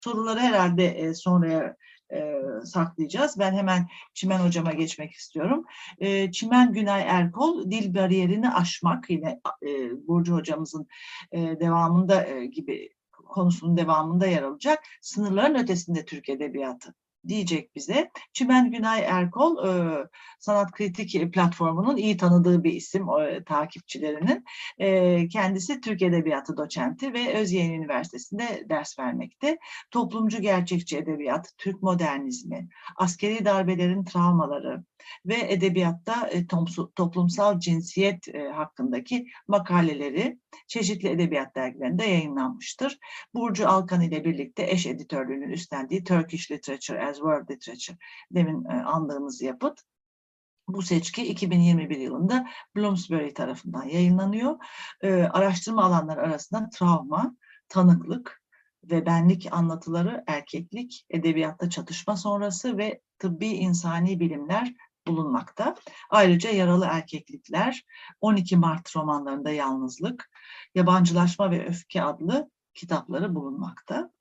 Soruları herhalde sonraya saklayacağız. Ben hemen Çimen Hocama geçmek istiyorum. Çimen Günay Erkol, dil bariyerini aşmak, yine Burcu Hocamızın devamında gibi konusunun devamında yer alacak. Sınırların ötesinde Türk Edebiyatı diyecek bize. Çimen Günay Erkol, Sanat Kritik platformunun iyi tanıdığı bir isim takipçilerinin. Kendisi Türk Edebiyatı doçenti ve Özyeğin Üniversitesi'nde ders vermekte. Toplumcu gerçekçi edebiyat, Türk modernizmi, askeri darbelerin travmaları ve edebiyatta toplumsal cinsiyet hakkındaki makaleleri çeşitli edebiyat dergilerinde yayınlanmıştır. Burcu Alkan ile birlikte eş editörlüğünün üstlendiği Turkish Literature as World Literature, demin andığımız yapıt. Bu seçki 2021 yılında Bloomsbury tarafından yayınlanıyor. Araştırma alanları arasında travma, tanıklık ve benlik anlatıları, erkeklik, edebiyatta çatışma sonrası ve tıbbi insani bilimler bulunmakta. Ayrıca Yaralı Erkeklikler, 12 Mart romanlarında Yalnızlık, Yabancılaşma ve Öfke adlı kitapları bulunmakta.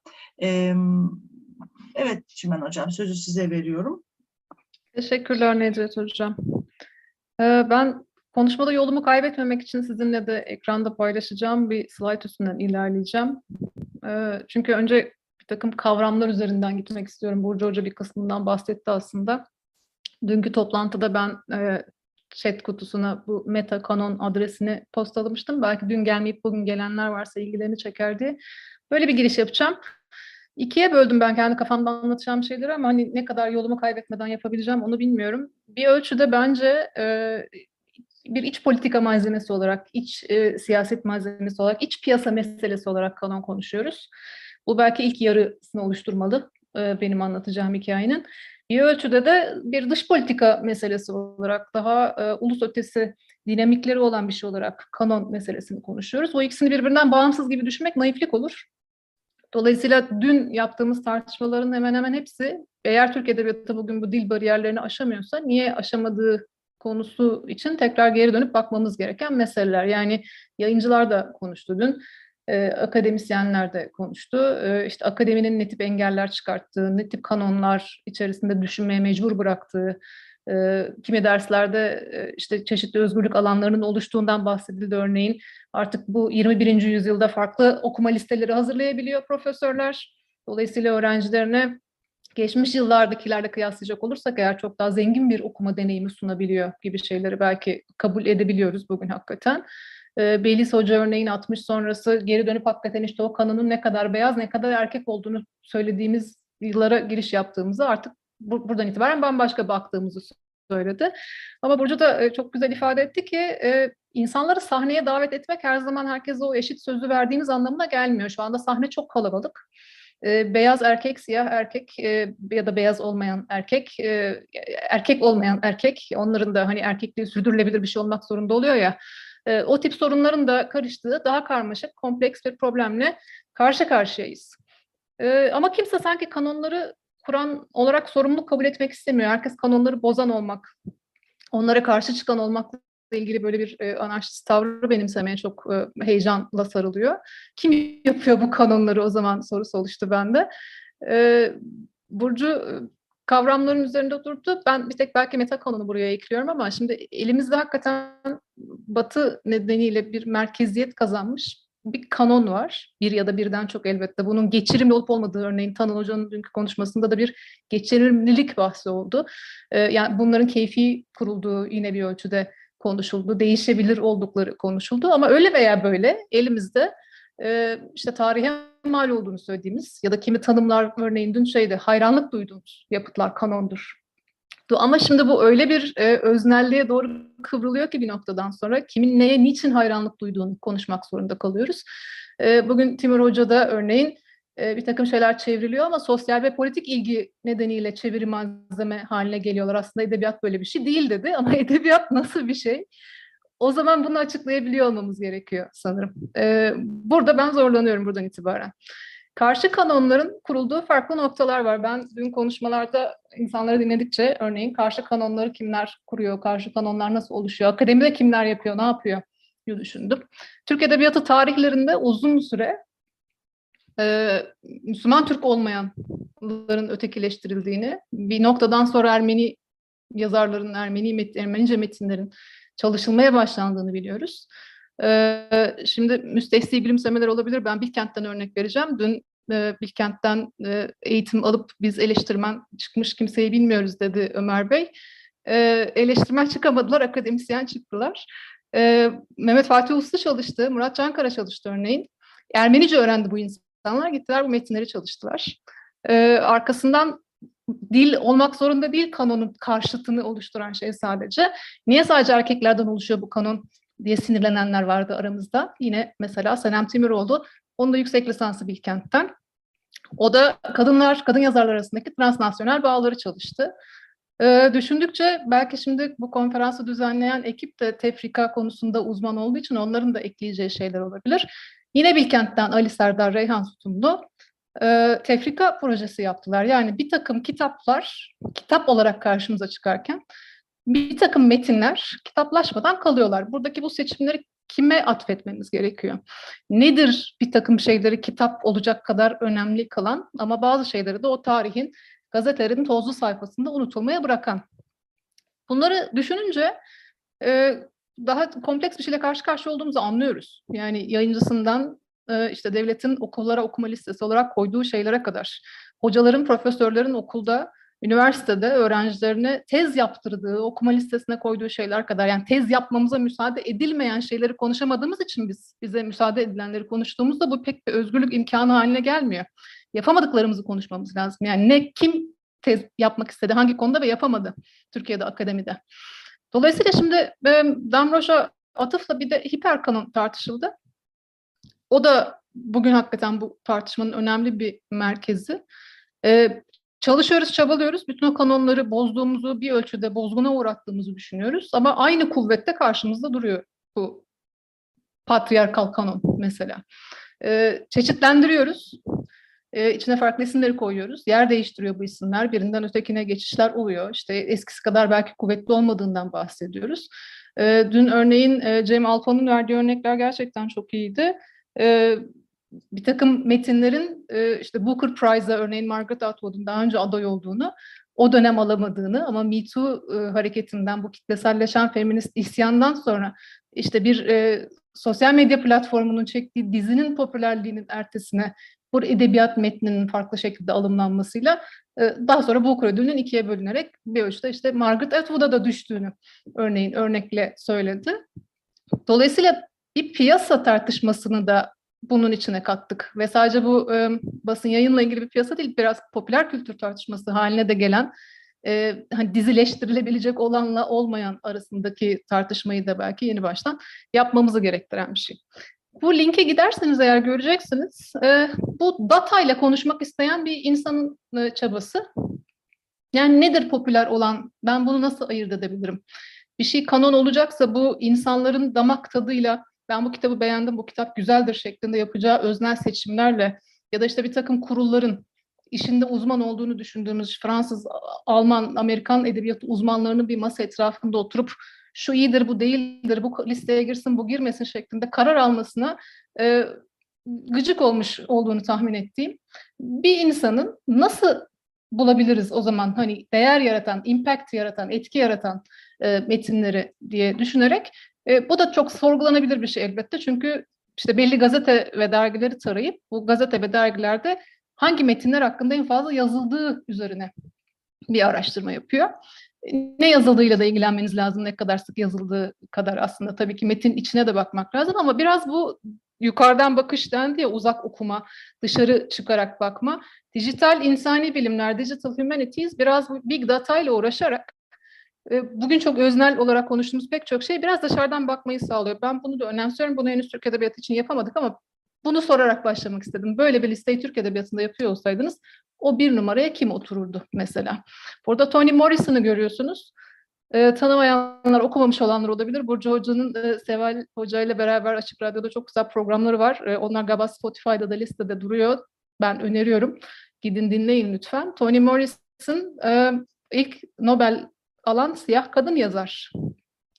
Evet Çimen Hocam, sözü size veriyorum. Teşekkürler Necdet Hocam. Ben konuşmada yolumu kaybetmemek için sizinle de ekranda paylaşacağım bir slide üstünden ilerleyeceğim. Çünkü önce bir takım kavramlar üzerinden gitmek istiyorum. Burcu Hoca bir kısmından bahsetti aslında. Dünkü toplantıda ben chat kutusuna bu meta kanon adresini postalamıştım. Belki dün gelmeyip bugün gelenler varsa ilgilerini çeker diye. Böyle bir giriş yapacağım. İkiye böldüm ben kendi kafamda anlatacağım şeyleri ama hani ne kadar yolumu kaybetmeden yapabileceğim onu bilmiyorum. Bir ölçüde bence bir iç politika malzemesi olarak, iç siyaset malzemesi olarak, iç piyasa meselesi olarak kanon konuşuyoruz. Bu belki ilk yarısını oluşturmalı benim anlatacağım hikayenin. Bir ölçüde de bir dış politika meselesi olarak, daha ulus ötesi dinamikleri olan bir şey olarak kanon meselesini konuşuyoruz. O ikisini birbirinden bağımsız gibi düşünmek naiflik olur. Dolayısıyla dün yaptığımız tartışmaların hemen hemen hepsi, eğer Türk Edebiyatı bugün bu dil bariyerlerini aşamıyorsa niye aşamadığı konusu için tekrar geri dönüp bakmamız gereken meseleler. Yani yayıncılar da konuştu dün, akademisyenler de konuştu. İşte akademinin ne tip engeller çıkarttığı, ne tip kanonlar içerisinde düşünmeye mecbur bıraktığı, kimi derslerde işte çeşitli özgürlük alanlarının oluştuğundan bahsedildi örneğin. Artık bu 21. yüzyılda farklı okuma listeleri hazırlayabiliyor profesörler. Dolayısıyla öğrencilerine geçmiş yıllardakilerle kıyaslayacak olursak eğer çok daha zengin bir okuma deneyimi sunabiliyor gibi şeyleri belki kabul edebiliyoruz bugün hakikaten. Beliz Hoca örneğin 60 sonrası geri dönüp hakikaten işte o kanının ne kadar beyaz ne kadar erkek olduğunu söylediğimiz yıllara giriş yaptığımızı artık buradan itibaren bambaşka baktığımızı söyledi. Ama Burcu da çok güzel ifade etti ki insanları sahneye davet etmek her zaman herkese o eşit sözü verdiğimiz anlamına gelmiyor. Şu anda sahne çok kalabalık. Beyaz erkek, siyah erkek ya da beyaz olmayan erkek, erkek olmayan erkek, onların da hani erkekliği sürdürülebilir bir şey olmak zorunda oluyor ya, o tip sorunların da karıştığı daha karmaşık, kompleks bir problemle karşı karşıyayız. Ama kimse sanki kanonları kuran olarak sorumluluk kabul etmek istemiyor. Herkes kanonları bozan olmak, onlara karşı çıkan olmakla ilgili böyle bir anarşist tavrı benimsemeye çok heyecanla sarılıyor. Kim yapıyor bu kanonları o zaman sorusu oluştu bende. Burcu kavramların üzerinde durdu. Ben bir tek belki meta kanonu buraya ekliyorum ama şimdi elimizde hakikaten Batı nedeniyle bir merkeziyet kazanmış bir kanon var. Bir ya da birden çok elbette. Bunun geçirimli olup olmadığı örneğin Tanan Hoca'nın dünkü konuşmasında da bir geçirimlilik bahsi oldu. Yani bunların keyfi kurulduğu yine bir ölçüde konuşuldu. Değişebilir oldukları konuşuldu ama öyle veya böyle elimizde işte tarihe mal olduğunu söylediğimiz ya da kimi tanımlar örneğin dün hayranlık duyduğumuz yapıtlar kanondur. Ama şimdi bu öyle bir öznelliğe doğru kıvrılıyor ki bir noktadan sonra kimin neye, niçin hayranlık duyduğunu konuşmak zorunda kalıyoruz. Bugün Timur Hoca da örneğin bir takım şeyler çevriliyor ama sosyal ve politik ilgi nedeniyle çeviri malzeme haline geliyorlar. Aslında edebiyat böyle bir şey değil dedi ama edebiyat nasıl bir şey? O zaman bunu açıklayabiliyor olmamız gerekiyor sanırım. Burada ben zorlanıyorum buradan itibaren. Karşı kanonların kurulduğu farklı noktalar var. Ben dün konuşmalarda insanları dinledikçe örneğin karşı kanonları kimler kuruyor, karşı kanonlar nasıl oluşuyor, akademide kimler yapıyor, ne yapıyor diye düşündüm. Türk Edebiyatı tarihlerinde uzun süre Müslüman Türk olmayanların ötekileştirildiğini, bir noktadan sonra Ermeni yazarların, Ermenice metinlerin çalışılmaya başlandığını biliyoruz. Şimdi müstehsi gülümsemeler olabilir. Ben Bilkent'ten örnek vereceğim. Dün Bilkent'ten eğitim alıp biz eleştirmen çıkmış kimseyi bilmiyoruz dedi Ömer Bey. Eleştirmen çıkamadılar, akademisyen çıktılar. Mehmet Fatih Uslu çalıştı, Murat Cankara çalıştı örneğin. Ermenice öğrendi bu insanlar, gittiler bu metinleri çalıştılar. Arkasından dil olmak zorunda değil, kanonun karşıtını oluşturan şey sadece. Niye sadece erkeklerden oluşuyor bu kanon diye sinirlenenler vardı aramızda. Yine mesela Senem Timiroğlu, onun da yüksek lisansı Bilkent'ten. O da kadın yazarlar arasındaki transnasyonel bağları çalıştı. Düşündükçe belki şimdi bu konferansı düzenleyen ekip de tefrika konusunda uzman olduğu için onların da ekleyeceği şeyler olabilir. Yine Bilkent'ten Ali Serdar Reyhan Sütunlu tefrika projesi yaptılar. Yani bir takım kitaplar kitap olarak karşımıza çıkarken bir takım metinler kitaplaşmadan kalıyorlar. Buradaki bu seçimleri kime atfetmemiz gerekiyor? Nedir bir takım şeyleri kitap olacak kadar önemli kılan ama bazı şeyleri de o tarihin gazetelerin tozlu sayfasında unutulmaya bırakan? Bunları düşününce daha kompleks bir şeyle karşı karşıya olduğumuzu anlıyoruz. Yani yayıncısından işte devletin okullara okuma listesi olarak koyduğu şeylere kadar, hocaların, profesörlerin okulda, üniversitede öğrencilerine tez yaptırdığı, okuma listesine koyduğu şeyler kadar, yani tez yapmamıza müsaade edilmeyen şeyleri konuşamadığımız için bize müsaade edilenleri konuştuğumuzda bu pek bir özgürlük imkanı haline gelmiyor. Yapamadıklarımızı konuşmamız lazım. Yani kim tez yapmak istedi, hangi konuda ve yapamadı Türkiye'de akademide. Dolayısıyla şimdi Damroş'a atıfla bir de hiperkanon tartışıldı. O da bugün hakikaten bu tartışmanın önemli bir merkezi. Çalışıyoruz, çabalıyoruz. Bütün o kanonları bozduğumuzu, bir ölçüde bozguna uğrattığımızı düşünüyoruz. Ama aynı kuvvette karşımızda duruyor bu patriarkal kanon mesela. Çeşitlendiriyoruz. İçine farklı isimleri koyuyoruz. Yer değiştiriyor bu isimler. Birinden ötekine geçişler oluyor. İşte eskisi kadar belki kuvvetli olmadığından bahsediyoruz. Dün örneğin Cem Alpan'ın verdiği örnekler gerçekten çok iyiydi. Bir takım metinlerin işte Booker Prize'a örneğin Margaret Atwood'un daha önce aday olduğunu, o dönem alamadığını ama Me Too hareketinden, bu kitleselleşen feminist isyandan sonra işte bir sosyal medya platformunun çektiği dizinin popülerliğinin ertesine bu edebiyat metninin farklı şekilde alımlanmasıyla daha sonra Booker ödülünün ikiye bölünerek bir ölçüde işte Margaret Atwood'a da düştüğünü örneğin örnekle söyledi. Dolayısıyla bir piyasa tartışmasını da bunun içine kattık ve sadece bu basın yayınla ilgili bir piyasa değil, biraz popüler kültür tartışması haline de gelen hani dizileştirilebilecek olanla olmayan arasındaki tartışmayı da belki yeni baştan yapmamızı gerektiren bir şey. Bu linke giderseniz eğer göreceksiniz, bu datayla konuşmak isteyen bir insanın çabası. Yani nedir popüler olan, ben bunu nasıl ayırt edebilirim? Bir şey kanon olacaksa bu insanların damak tadıyla, ben bu kitabı beğendim, bu kitap güzeldir şeklinde yapacağı öznel seçimlerle ya da işte bir takım kurulların işinde uzman olduğunu düşündüğümüz Fransız, Alman, Amerikan edebiyatı uzmanlarının bir masa etrafında oturup şu iyidir, bu değildir, bu listeye girsin, bu girmesin şeklinde karar almasına gıcık olmuş olduğunu tahmin ettiğim bir insanın nasıl bulabiliriz o zaman hani değer yaratan, impact yaratan, etki yaratan metinleri diye düşünerek bu da çok sorgulanabilir bir şey elbette. Çünkü işte belli gazete ve dergileri tarayıp bu gazete ve dergilerde hangi metinler hakkında en fazla yazıldığı üzerine bir araştırma yapıyor. Ne yazıldığıyla da ilgilenmeniz lazım, ne kadar sık yazıldığı kadar aslında tabii ki metin içine de bakmak lazım ama biraz bu yukarıdan bakış dendi ya, uzak okuma, dışarı çıkarak bakma. Dijital insani bilimler, digital humanities biraz big data ile uğraşarak bugün çok öznel olarak konuştuğumuz pek çok şey biraz dışarıdan bakmayı sağlıyor. Ben bunu da önemsiyorum. Bunu henüz Türk Edebiyatı için yapamadık ama bunu sorarak başlamak istedim. Böyle bir listeyi Türk Edebiyatı'nda yapıyor olsaydınız o bir numaraya kim otururdu mesela? Burada Toni Morrison'ı görüyorsunuz. Tanımayanlar, okumamış olanlar olabilir. Burcu Hoca'nın Seval Hoca ile beraber Açık Radyo'da çok güzel programları var. Onlar galiba Spotify'da da listede duruyor. Ben öneriyorum. Gidin dinleyin lütfen. Toni Morrison ilk Nobel alan siyah kadın yazar.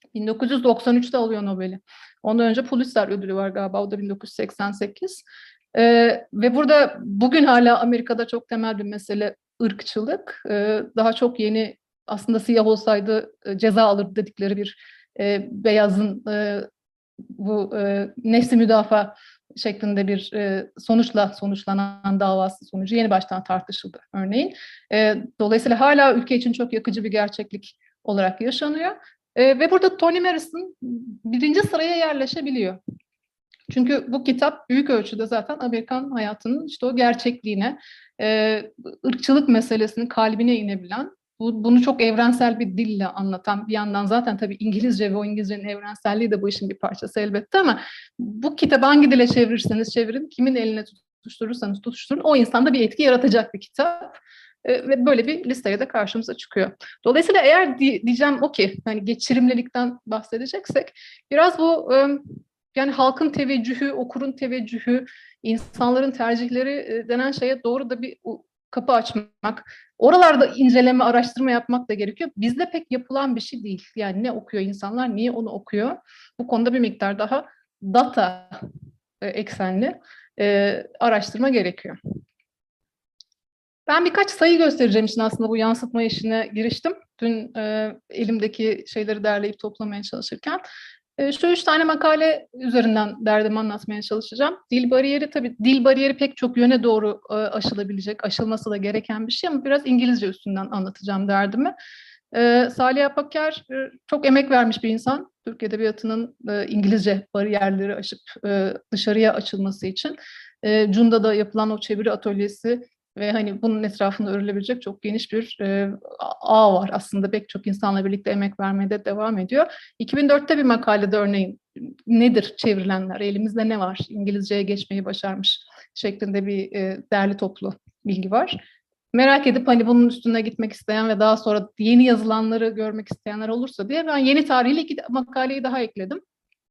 1993'te alıyor Nobel'i. Ondan önce Pulitzer ödülü var galiba. O da 1988. Ve burada bugün hala Amerika'da çok temel bir mesele ırkçılık. Daha çok yeni aslında siyah olsaydı ceza alır dedikleri bir beyazın bu nefsi müdafaa şeklinde bir sonuçla sonuçlanan davası sonucu yeni baştan tartışıldı örneğin. Dolayısıyla hala ülke için çok yakıcı bir gerçeklik olarak yaşanıyor. Ve burada Toni Morrison birinci sıraya yerleşebiliyor. Çünkü bu kitap büyük ölçüde zaten Amerikan hayatının işte o gerçekliğine, ırkçılık meselesinin kalbine inebilen, bunu çok evrensel bir dille anlatan, bir yandan zaten tabii İngilizce ve o İngilizcenin evrenselliği de bu işin bir parçası elbette ama bu kitabı hangi dile çevirirseniz çevirin, kimin eline tutuşturursanız tutuşturun, o insanda bir etki yaratacak bir kitap. Ve böyle bir listeye de karşımıza çıkıyor. Dolayısıyla eğer diyeceğim o ki, yani geçirimlilikten bahsedeceksek, biraz bu yani halkın teveccühü, okurun teveccühü, insanların tercihleri denen şeye doğru da bir kapı açmak. Oralarda inceleme, araştırma yapmak da gerekiyor. Bizde pek yapılan bir şey değil. Yani ne okuyor insanlar, niye onu okuyor? Bu konuda bir miktar daha data eksenli araştırma gerekiyor. Ben birkaç sayı göstereceğim için aslında bu yansıtma işine giriştim. Dün elimdeki şeyleri derleyip toplamaya çalışırken. Şu 3 tane makale üzerinden derdimi anlatmaya çalışacağım. Dil bariyeri, tabii dil bariyeri pek çok yöne doğru aşılabilecek, aşılması da gereken bir şey ama biraz İngilizce üstünden anlatacağım derdimi. Salih Apaker çok emek vermiş bir insan. Türk Edebiyatı'nın İngilizce bariyerleri aşıp dışarıya açılması için. Cunda'da yapılan o çeviri atölyesi ve hani bunun etrafında örülebilecek çok geniş bir ağ var. Aslında pek çok insanla birlikte emek vermeye de devam ediyor. 2004'te bir makalede örneğin nedir çevrilenler, elimizde ne var, İngilizceye geçmeyi başarmış şeklinde bir derli toplu bilgi var. Merak edip hani bunun üstüne gitmek isteyen ve daha sonra yeni yazılanları görmek isteyenler olursa diye ben yeni tarihli 2 makaleyi daha ekledim.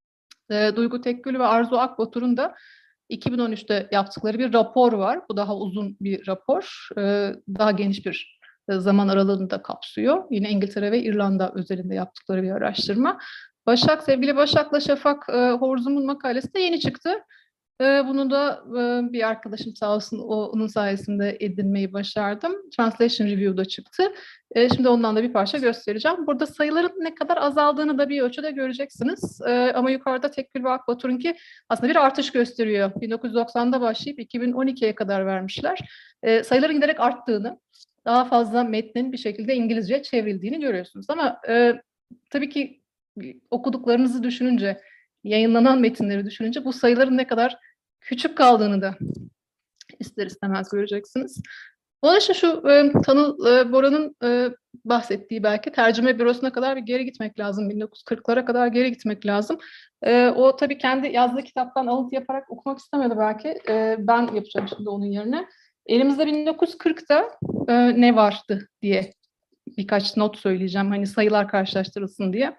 Duygu Tekgül ve Arzu Akbatur'un da 2013'te yaptıkları bir rapor var. Bu daha uzun bir rapor. Daha geniş bir zaman aralığını da kapsıyor. Yine İngiltere ve İrlanda özelinde yaptıkları bir araştırma. Sevgili Başak'la Şafak Horzum'un makalesi de yeni çıktı. Bunu da bir arkadaşım sağ olsun onun sayesinde edinmeyi başardım. Translation Review'da çıktı. Şimdi ondan da bir parça göstereceğim. Burada sayıların ne kadar azaldığını da bir ölçüde göreceksiniz. Ama yukarıda Tekgül ve Akbatur'unki aslında bir artış gösteriyor. 1990'da başlayıp 2012'ye kadar vermişler. Sayıların giderek arttığını, daha fazla metnin bir şekilde İngilizceye çevrildiğini görüyorsunuz. Ama tabii ki okuduklarınızı düşününce, yayınlanan metinleri düşününce bu sayıların ne kadar küçük kaldığını da ister istemez göreceksiniz. Dolayısıyla şu Tanıl Bora'nın bahsettiği belki tercüme bürosuna kadar bir geri gitmek lazım. 1940'lara kadar geri gitmek lazım. O tabii kendi yazdığı kitaptan alıntı yaparak okumak istemedi belki. Ben yapacağım şimdi onun yerine. Elimizde 1940'ta ne vardı diye birkaç not söyleyeceğim. Hani sayılar karşılaştırılsın diye.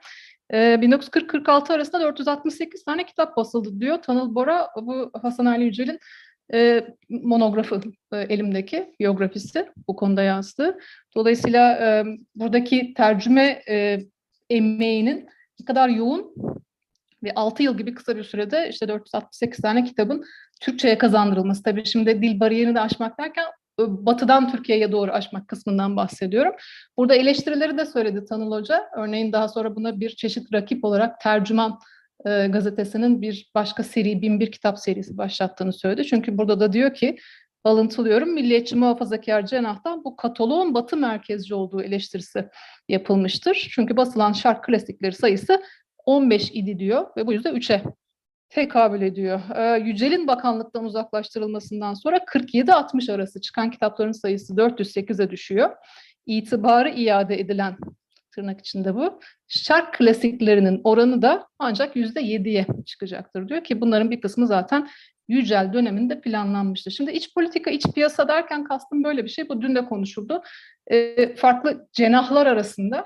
1940-46 arasında 468 tane kitap basıldı diyor Tanıl Bora. Bu Hasan Ali Yücel'in monografı elimdeki biyografisi bu konuda yazdı. Dolayısıyla buradaki tercüme emeğinin ne kadar yoğun ve 6 yıl gibi kısa bir sürede işte 468 tane kitabın Türkçe'ye kazandırılması. Tabii şimdi dil bariyerini de aşmak derken batıdan Türkiye'ye doğru aşmak kısmından bahsediyorum. Burada eleştirileri de söyledi Tanıl Hoca. Örneğin daha sonra buna bir çeşit rakip olarak Tercüman gazetesinin bir başka seri, 1001 kitap serisi başlattığını söyledi. Çünkü burada da diyor ki, alıntılıyorum, milliyetçi muhafazakar cenahtan bu kataloğun batı merkezci olduğu eleştirisi yapılmıştır. Çünkü basılan şark klasikleri sayısı 15 idi diyor ve bu yüzden 3'e tekabül ediyor. Yücel'in bakanlıktan uzaklaştırılmasından sonra 47-60 arası çıkan kitapların sayısı 408'e düşüyor. İtibarı iade edilen, tırnak içinde bu, şark klasiklerinin oranı da ancak %7'ye çıkacaktır diyor ki bunların bir kısmı zaten Yücel döneminde planlanmıştır. Şimdi iç politika, iç piyasa derken kastım böyle bir şey. Bu dün de konuşuldu. Farklı cenahlar arasında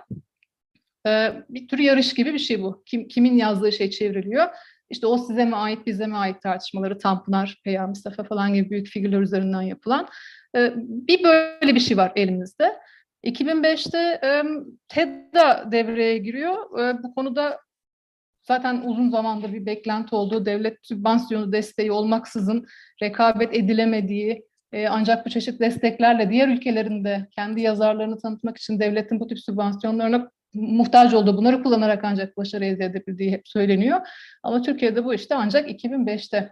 bir tür yarış gibi bir şey bu. Kimin yazdığı şey çevriliyor. İşte o size mi ait, bize mi ait tartışmaları Tanpınar, Peyami Mustafa falan gibi büyük figürler üzerinden yapılan bir böyle bir şey var elimizde. 2005'te TED'a devreye giriyor. Bu konuda zaten uzun zamandır bir beklenti olduğu, devlet sübvansiyonu desteği olmaksızın rekabet edilemediği, ancak bu çeşit desteklerle diğer ülkelerin de kendi yazarlarını tanıtmak için devletin bu tip sübvansiyonlarına muhtaç olduğu, bunları kullanarak ancak başarı elde edebildiği hep söyleniyor. Ama Türkiye'de bu işte ancak 2005'te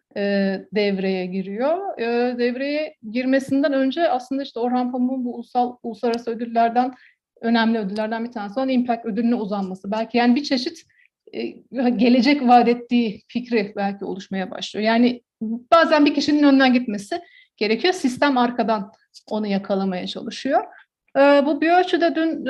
devreye giriyor. Devreye girmesinden önce aslında işte Orhan Pamuk'un bu uluslararası ödüllerden, önemli ödüllerden bir tanesi olan Impact ödülüne uzanması. Belki yani bir çeşit gelecek vaat ettiği fikri belki oluşmaya başlıyor. Yani bazen bir kişinin önden gitmesi gerekiyor. Sistem arkadan onu yakalamaya çalışıyor. Bu bir ölçüde dün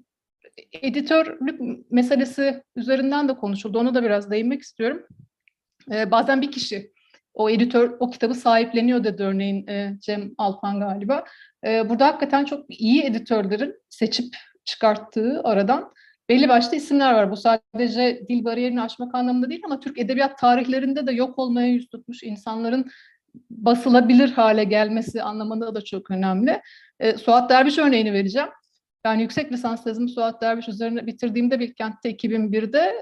editörlük meselesi üzerinden de konuşuldu. Ona da biraz değinmek istiyorum. Bazen bir kişi o editör o kitabı sahipleniyor dedi örneğin Cem Alpan galiba. Burada hakikaten çok iyi editörlerin seçip çıkarttığı aradan belli başlı isimler var. Bu sadece dil bariyerini aşmak anlamında değil ama Türk edebiyat tarihlerinde de yok olmaya yüz tutmuş insanların basılabilir hale gelmesi anlamında da çok önemli. Suat Derviş örneğini vereceğim. Ben yüksek lisans tezimi Suat Derviş üzerine bitirdiğimde Bilkent'te 2001'de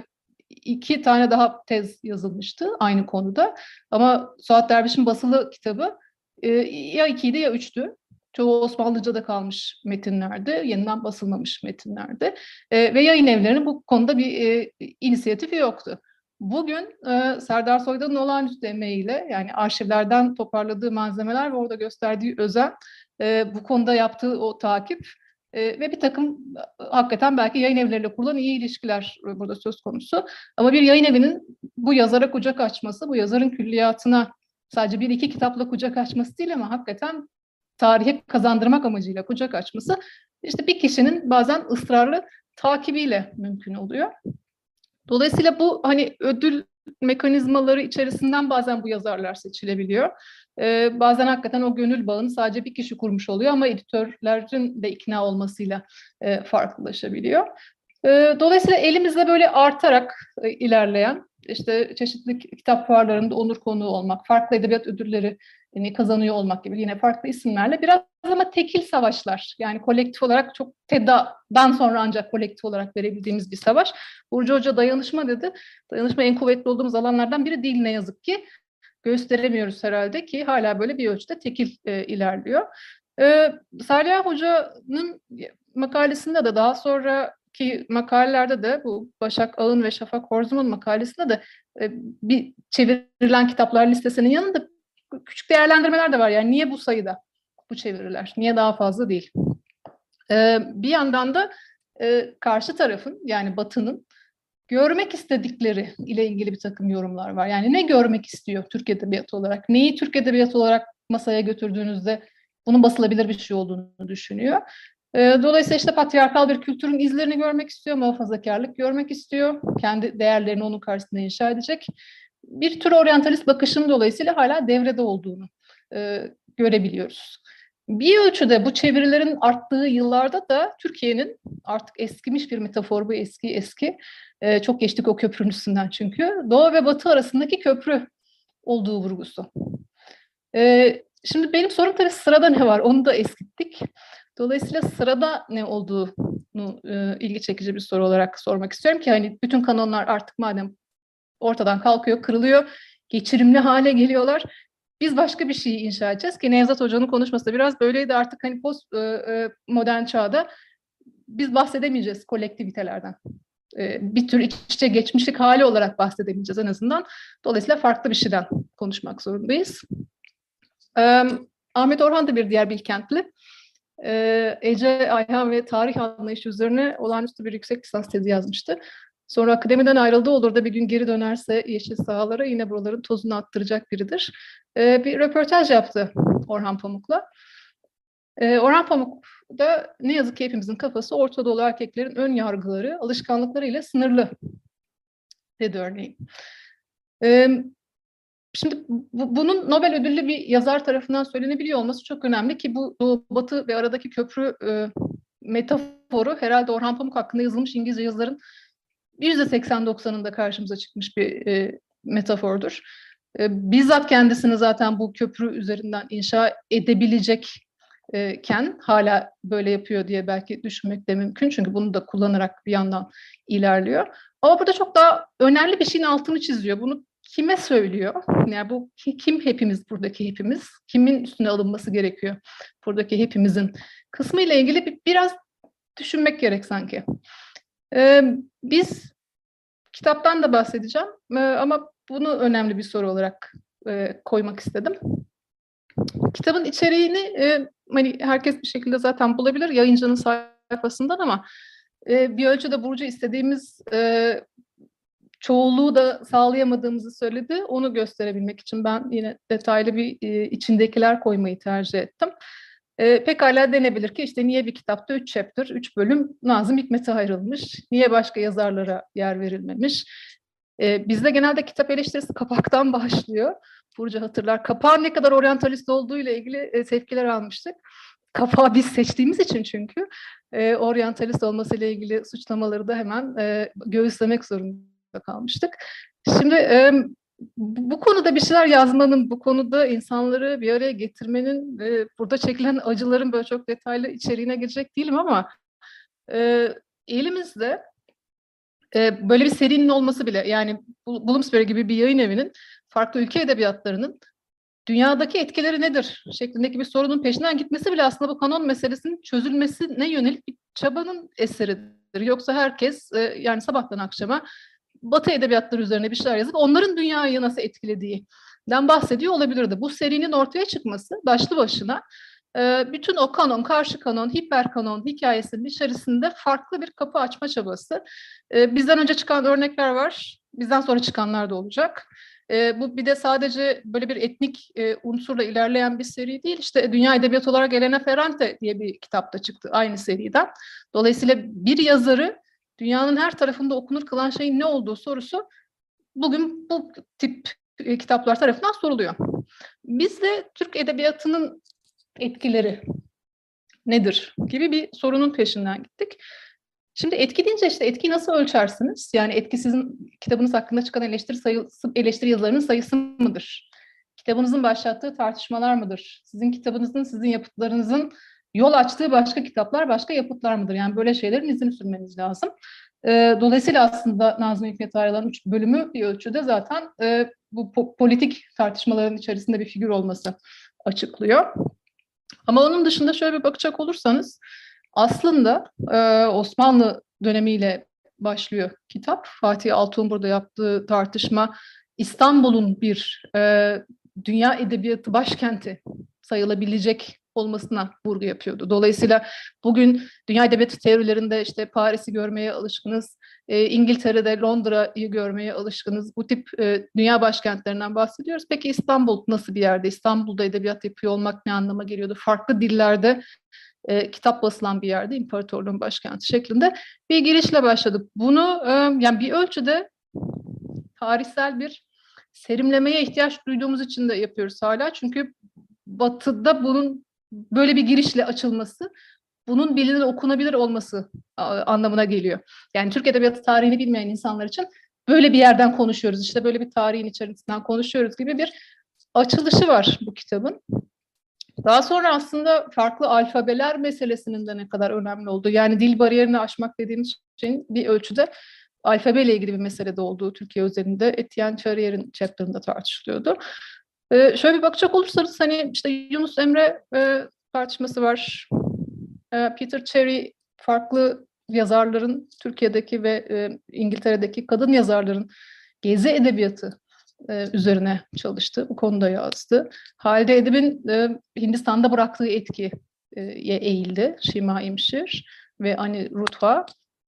2 tane daha tez yazılmıştı aynı konuda. Ama Suat Derviş'in basılı kitabı ya 2'ydi ya 3'tü. Çoğu Osmanlıca'da kalmış metinlerdi, yeniden basılmamış metinlerdi. Ve yayın evlerinin bu konuda bir inisiyatifi yoktu. Bugün Serdar Soydan'ın olağanüstü emeğiyle, yani arşivlerden toparladığı malzemeler ve orada gösterdiği özen, bu konuda yaptığı o takip ve bir takım hakikaten belki yayın evleriyle kurulan iyi ilişkiler burada söz konusu. Ama bir yayın evinin bu yazara kucak açması, bu yazarın külliyatına sadece 1-2 kitapla kucak açması değil ama hakikaten tarihe kazandırmak amacıyla kucak açması, işte bir kişinin bazen ısrarlı takibiyle mümkün oluyor. Dolayısıyla bu hani ödül mekanizmaları içerisinden bazen bu yazarlar seçilebiliyor. Bazen hakikaten o gönül bağını sadece bir kişi kurmuş oluyor ama editörlerin de ikna olmasıyla farklılaşabiliyor. Dolayısıyla elimizde böyle artarak ilerleyen, işte çeşitli kitap fuarlarında onur konuğu olmak, farklı edebiyat ödülleri kazanıyor olmak gibi yine farklı isimlerle biraz ama tekil savaşlar. Yani kolektif olarak çok TEDA'dan sonra ancak kolektif olarak verebildiğimiz bir savaş. Burcu Hoca dayanışma dedi. Dayanışma en kuvvetli olduğumuz alanlardan biri değil ne yazık ki. Gösteremiyoruz herhalde ki hala böyle bir ölçüde tekil ilerliyor. Salih Hoca'nın makalesinde de daha sonraki makalelerde de bu Başak Ağın ve Şafak Horzum'un makalesinde de bir çevrilen kitaplar listesinin yanında küçük değerlendirmeler de var. Yani niye bu sayıda bu çeviriler? Niye daha fazla değil? Bir yandan da karşı tarafın yani Batı'nın görmek istedikleri ile ilgili bir takım yorumlar var. Yani ne görmek istiyor Türk Edebiyatı olarak? Neyi Türk Edebiyatı olarak masaya götürdüğünüzde bunun basılabilir bir şey olduğunu düşünüyor. Dolayısıyla işte patriarkal bir kültürün izlerini görmek istiyor, muhafazakarlık görmek istiyor, kendi değerlerini onun karşısında inşa edecek. Bir tür oryantalist bakışın dolayısıyla hala devrede olduğunu görebiliyoruz. Bir ölçüde bu çevirilerin arttığı yıllarda da Türkiye'nin artık eskimiş bir metafor bu eski çok geçtik o köprünün üstünden çünkü Doğu ve Batı arasındaki köprü olduğu vurgusu. Şimdi benim sorum tabii sırada ne var onu da eskittik. Dolayısıyla sırada ne olduğunu ilgi çekici bir soru olarak sormak istiyorum ki hani bütün kanonlar artık madem ortadan kalkıyor, kırılıyor, geçirimli hale geliyorlar. Biz başka bir şeyi inşa edeceğiz ki Nevzat Hoca'nın konuşması da biraz böyleydi artık hani post modern çağda biz bahsedemeyeceğiz kolektivitelerden. Bir tür iç içe geçmişlik hali olarak bahsedemeyeceğiz en azından. Dolayısıyla farklı bir şeyden konuşmak zorundayız. Ahmet Orhan da bir diğer Bilkentli. Ece Ayhan ve tarih anlayışı üzerine olağanüstü bir yüksek lisans tezi yazmıştı. Sonra akademiden ayrıldı, olur da bir gün geri dönerse yeşil sahalara yine buraların tozunu attıracak biridir. Bir röportaj yaptı Orhan Pamuk'la. Orhan Pamuk da ne yazık ki hepimizin kafası Orta Doğulu erkeklerin ön yargıları, alışkanlıkları ile sınırlı dedi örneğin. Şimdi bunun Nobel ödüllü bir yazar tarafından söylenebiliyor olması çok önemli ki bu Doğu Batı ve aradaki köprü metaforu herhalde Orhan Pamuk hakkında yazılmış İngilizce yazıların %80-90'ında karşımıza çıkmış bir metafordur. Bizzat kendisini zaten bu köprü üzerinden inşa edebilecekken hala böyle yapıyor diye belki düşünmek de mümkün. Çünkü bunu da kullanarak bir yandan ilerliyor. Ama burada çok daha önemli bir şeyin altını çiziyor. Bunu kime söylüyor? Yani bu kim hepimiz, buradaki hepimiz? Kimin üstüne alınması gerekiyor? Buradaki hepimizin kısmı ile ilgili biraz düşünmek gerek sanki. Biz kitaptan da bahsedeceğim ama bunu önemli bir soru olarak koymak istedim. Kitabın içeriğini hani herkes bir şekilde zaten bulabilir yayıncının sayfasından ama bir ölçüde Burcu istediğimiz çoğulluğu da sağlayamadığımızı söyledi. Onu gösterebilmek için ben yine detaylı bir içindekiler koymayı tercih ettim. Pekala denebilir ki işte niye bir kitapta 3 chapter, 3 bölüm Nazım Hikmet'e ayrılmış? Niye başka yazarlara yer verilmemiş? Bizde genelde kitap eleştirisi kapaktan başlıyor. Burcu hatırlar. Kapağın ne kadar oryantalist olduğuyla ilgili tepkiler almıştık. Kapağı biz seçtiğimiz için çünkü oryantalist olmasıyla ilgili suçlamaları da hemen göğüslemek zorunda kalmıştık. Şimdi bu konuda bir şeyler yazmanın, bu konuda insanları bir araya getirmenin, burada çekilen acıların böyle çok detaylı içeriğine girecek değilim ama elimizde böyle bir serinin olması bile, yani Bloomsbury gibi bir yayın evinin farklı ülke edebiyatlarının dünyadaki etkileri nedir şeklindeki bir sorunun peşinden gitmesi bile aslında bu kanon meselesinin çözülmesine yönelik bir çabanın eseridir. Yoksa herkes yani sabahtan akşama Batı edebiyatları üzerine bir şeyler yazıp onların dünyayı nasıl etkilediğinden bahsediyor olabilirdi. Bu serinin ortaya çıkması başlı başına bütün o kanon, karşı kanon, hiper kanon hikayesinin içerisinde farklı bir kapı açma çabası. Bizden önce çıkan örnekler var, bizden sonra çıkanlar da olacak. Bu bir de sadece böyle bir etnik unsurla ilerleyen bir seri değil. İşte Dünya Edebiyatı olarak Elena Ferrante diye bir kitap da çıktı aynı seriden. Dolayısıyla bir yazarı dünyanın her tarafında okunur kılan şeyin ne olduğu sorusu bugün bu tip kitaplar tarafından soruluyor. Biz de Türk Edebiyatı'nın etkileri nedir gibi bir sorunun peşinden gittik. Şimdi etki deyince işte etkiyi nasıl ölçersiniz? Yani etki sizin kitabınız hakkında çıkan eleştiri yazılarının sayısı mıdır? Kitabınızın başlattığı tartışmalar mıdır? Sizin kitabınızın, sizin yapıtlarınızın yol açtığı başka kitaplar, başka yapıtlar mıdır? Yani böyle şeylerin izini sürmeniz lazım. Dolayısıyla aslında Nazım Hikmet'e ayrılan 3 bölümü bir ölçüde zaten bu politik tartışmaların içerisinde bir figür olması açıklıyor. Ama onun dışında şöyle bir bakacak olursanız aslında Osmanlı dönemiyle başlıyor kitap. Fatih Altun burada yaptığı tartışma İstanbul'un bir dünya edebiyatı başkenti sayılabilecek olmasına vurgu yapıyordu. Dolayısıyla bugün dünya edebiyatı teorilerinde işte Paris'i görmeye alışkınız, İngiltere'de Londra'yı görmeye alışkınız. Bu tip dünya başkentlerinden bahsediyoruz. Peki İstanbul nasıl bir yerde? İstanbul'da edebiyat yapıyor olmak ne anlama geliyordu? Farklı dillerde kitap basılan bir yerde, imparatorluğun başkenti şeklinde bir girişle başladık. Bunu yani bir ölçüde tarihsel bir serimlemeye ihtiyaç duyduğumuz için de yapıyoruz hala. Çünkü Batı'da bunun böyle bir girişle açılması, bunun bilinir, okunabilir olması anlamına geliyor. Yani Türk Edebiyatı tarihini bilmeyen insanlar için böyle bir yerden konuşuyoruz, işte böyle bir tarihin içerisinden konuşuyoruz gibi bir açılışı var bu kitabın. Daha sonra aslında farklı alfabeler meselesinin de ne kadar önemli olduğu, yani dil bariyerini aşmak dediğimiz şeyin bir ölçüde alfabeyle ilgili bir meselede olduğu Türkiye özelinde Etienne Charrier'in chapter'ında tartışılıyordu. Şöyle bir bakacak olursanız hani işte Yunus Emre tartışması var. Peter Cherry farklı yazarların Türkiye'deki ve İngiltere'deki kadın yazarların gezi edebiyatı üzerine çalıştı. Bu konuda yazdı. Halide Edip'in Hindistan'da bıraktığı etkiye eğildi. Şima İmşir ve Ani Rutha.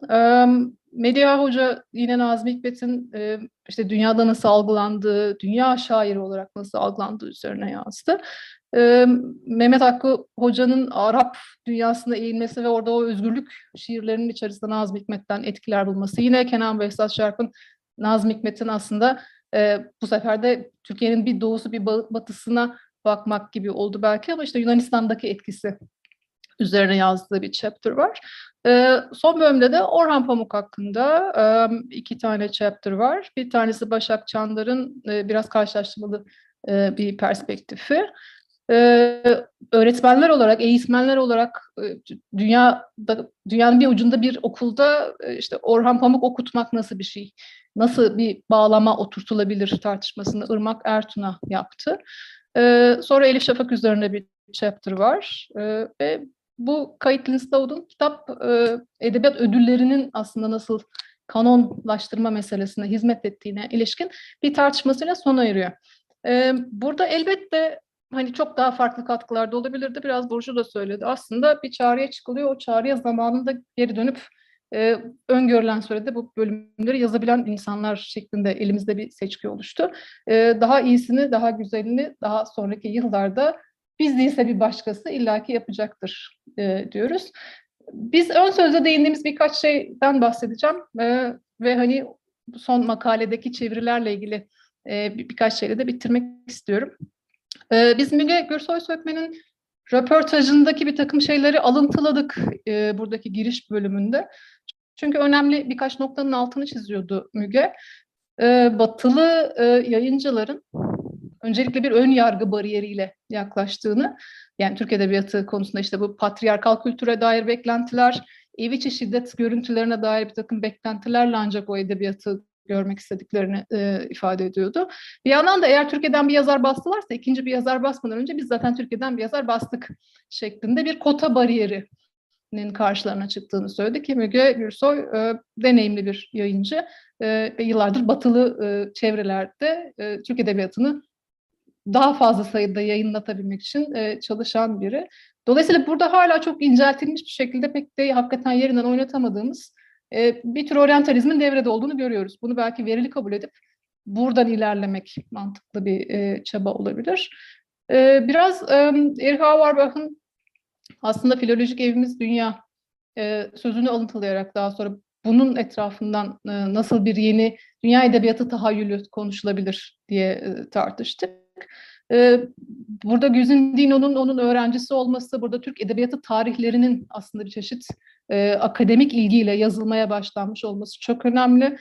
Medya Hoca yine Nazım Hikmet'in işte dünyada nasıl algılandığı, dünya şairi olarak nasıl algılandığı üzerine yazdı. Mehmet Hakkı Hoca'nın Arap dünyasına eğilmesi ve orada o özgürlük şiirlerinin içerisinde Nazım Hikmet'ten etkiler bulması. Yine Kenan Behzat Şarp'ın Nazım Hikmet'in aslında bu sefer de Türkiye'nin bir doğusu bir batısına bakmak gibi oldu belki ama işte Yunanistan'daki etkisi üzerine yazdığı bir chapter var. Son bölümde de Orhan Pamuk hakkında 2 tane chapter var. Bir tanesi Başak Çandar'ın biraz karşılaştırmalı bir perspektifi. Öğretmenler olarak, eğitmenler olarak dünyanın bir ucunda bir okulda işte Orhan Pamuk okutmak nasıl bir şey? Nasıl bir bağlama oturtulabilir tartışmasını Irmak Ertuna yaptı. Sonra Elif Şafak üzerine bir chapter var. Ve bu Kate Linslow'un kitap edebiyat ödüllerinin aslında nasıl kanonlaştırma meselesine hizmet ettiğine ilişkin bir tartışmasıyla sona eriyor. Burada elbette hani çok daha farklı katkılar da olabilirdi. Biraz Burcu da söyledi. Aslında bir çağrıya çıkılıyor. O çağrıya zamanında geri dönüp öngörülen sürede bu bölümleri yazabilen insanlar şeklinde elimizde bir seçki oluştu. Daha iyisini, daha güzelini daha sonraki yıllarda biz değilse bir başkası illaki yapacaktır diyoruz. Biz ön sözde değindiğimiz birkaç şeyden bahsedeceğim ve hani son makaledeki çevirilerle ilgili birkaç şeyle de bitirmek istiyorum. Biz Müge Gürsoy Sökmen'in röportajındaki bir takım şeyleri alıntıladık buradaki giriş bölümünde. Çünkü önemli birkaç noktanın altını çiziyordu Müge. Batılı yayıncıların öncelikle bir ön yargı bariyeriyle yaklaştığını, yani Türk Edebiyatı konusunda işte bu patriarkal kültüre dair beklentiler, ev içi şiddet görüntülerine dair bir takım beklentilerle ancak o edebiyatı görmek istediklerini ifade ediyordu. Bir yandan da eğer Türkiye'den bir yazar bastılarsa ikinci bir yazar basmadan önce biz zaten Türkiye'den bir yazar bastık şeklinde bir kota bariyerinin karşılarına çıktığını söyledi ki Müge Gürsoy deneyimli bir yayıncı ve yıllardır batılı çevrelerde Türk Edebiyatını daha fazla sayıda yayınlatabilmek için çalışan biri. Dolayısıyla burada hala çok inceltilmiş bir şekilde pek de hakikaten yerinden oynatamadığımız bir tür oryantalizmin devrede olduğunu görüyoruz. Bunu belki verili kabul edip buradan ilerlemek mantıklı bir çaba olabilir. Biraz Erich Auerbach'ın aslında filolojik evimiz dünya sözünü alıntılayarak daha sonra bunun etrafından nasıl bir yeni dünya edebiyatı tahayyülü konuşulabilir diye tartıştık. Burada Güzin Dino'nun onun öğrencisi olması, burada Türk edebiyatı tarihlerinin aslında bir çeşit akademik ilgiyle yazılmaya başlanmış olması çok önemli.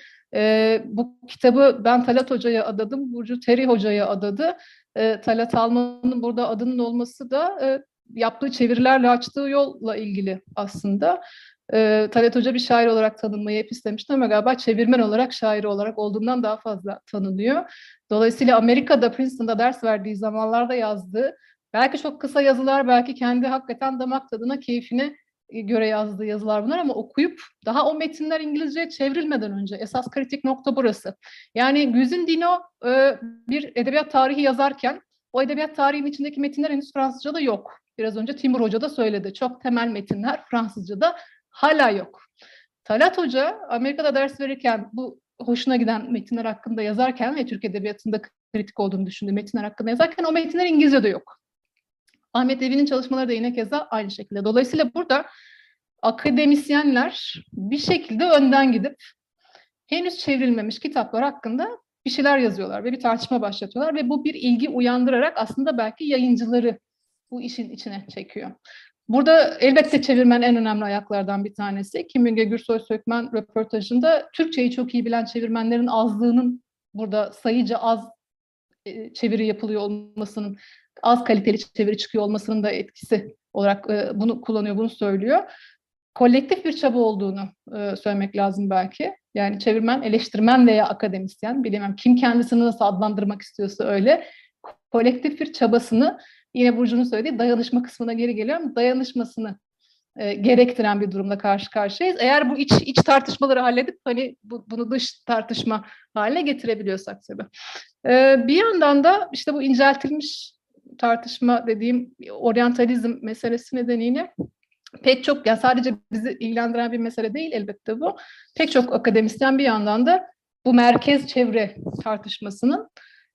Bu kitabı ben Talat Hoca'ya adadım, Burcu Teri Hoca'ya adadı. Talat Alman'ın burada adının olması da yaptığı çevirilerle açtığı yolla ilgili aslında. Talat Hoca bir şair olarak tanınmayı hep istemişti ama galiba çevirmen olarak, şair olarak olduğundan daha fazla tanınıyor. Dolayısıyla Amerika'da, Princeton'da ders verdiği zamanlarda yazdığı, belki çok kısa yazılar, belki kendi hakikaten damak tadına, keyfine göre yazdığı yazılar bunlar ama okuyup daha o metinler İngilizceye çevrilmeden önce esas kritik nokta burası. Yani Güzin Dino bir edebiyat tarihi yazarken o edebiyat tarihinin içindeki metinler henüz Fransızca'da yok. Biraz önce Timur Hoca da söyledi. Çok temel metinler Fransızca'da hala yok. Talat Hoca Amerika'da ders verirken bu hoşuna giden metinler hakkında yazarken ve Türk Edebiyatı'nda kritik olduğunu düşündüğü metinler hakkında yazarken o metinler İngilizce'de yok. Ahmet Evi'nin çalışmaları da yine keza aynı şekilde. Dolayısıyla burada akademisyenler bir şekilde önden gidip henüz çevrilmemiş kitaplar hakkında bir şeyler yazıyorlar ve bir tartışma başlatıyorlar ve bu bir ilgi uyandırarak aslında belki yayıncıları bu işin içine çekiyor. Burada elbette çevirmen en önemli ayaklardan bir tanesi. Kim Müge Gürsoy Sökmen röportajında Türkçeyi çok iyi bilen çevirmenlerin azlığının burada sayıca az çeviri yapılıyor olmasının, az kaliteli çeviri çıkıyor olmasının da etkisi olarak bunu kullanıyor, bunu söylüyor. Kolektif bir çaba olduğunu söylemek lazım belki. Yani çevirmen, eleştirmen veya akademisyen, bilemem kim kendisini nasıl adlandırmak istiyorsa öyle, kolektif bir çabasını, yine Burcu'nun söylediği dayanışma kısmına geri geliyorum, dayanışmasını gerektiren bir durumda karşı karşıyayız. Eğer bu iç tartışmaları halledip hani bunu dış tartışma haline getirebiliyorsak tabii. Bir yandan da işte bu inceltilmiş tartışma dediğim oryantalizm meselesi nedeniyle pek çok, yani sadece bizi ilgilendiren bir mesele değil elbette bu. Pek çok akademisyen bir yandan da bu merkez çevre tartışmasının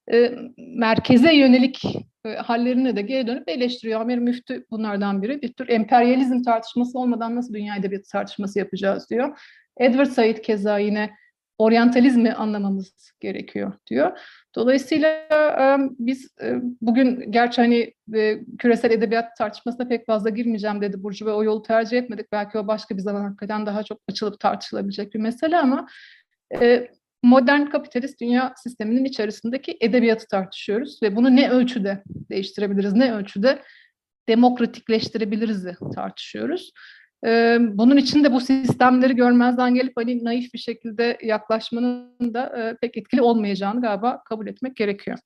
merkeze yönelik hallerine de geri dönüp eleştiriyor. Amer Müftü bunlardan biri. Bir tür emperyalizm tartışması olmadan nasıl dünya edebiyatı tartışması yapacağız diyor. Edward Said keza yine oryantalizmi anlamamız gerekiyor diyor. Dolayısıyla biz bugün gerçi hani küresel edebiyat tartışmasına pek fazla girmeyeceğim dedi Burcu ve o yolu tercih etmedik. Belki o başka bir zaman hakikaten daha çok açılıp tartışılabilecek bir mesele ama modern kapitalist dünya sisteminin içerisindeki edebiyatı tartışıyoruz ve bunu ne ölçüde değiştirebiliriz, ne ölçüde demokratikleştirebiliriz tartışıyoruz. Bunun için de bu sistemleri görmezden gelip hani naif bir şekilde yaklaşmanın da pek etkili olmayacağını galiba kabul etmek gerekiyor.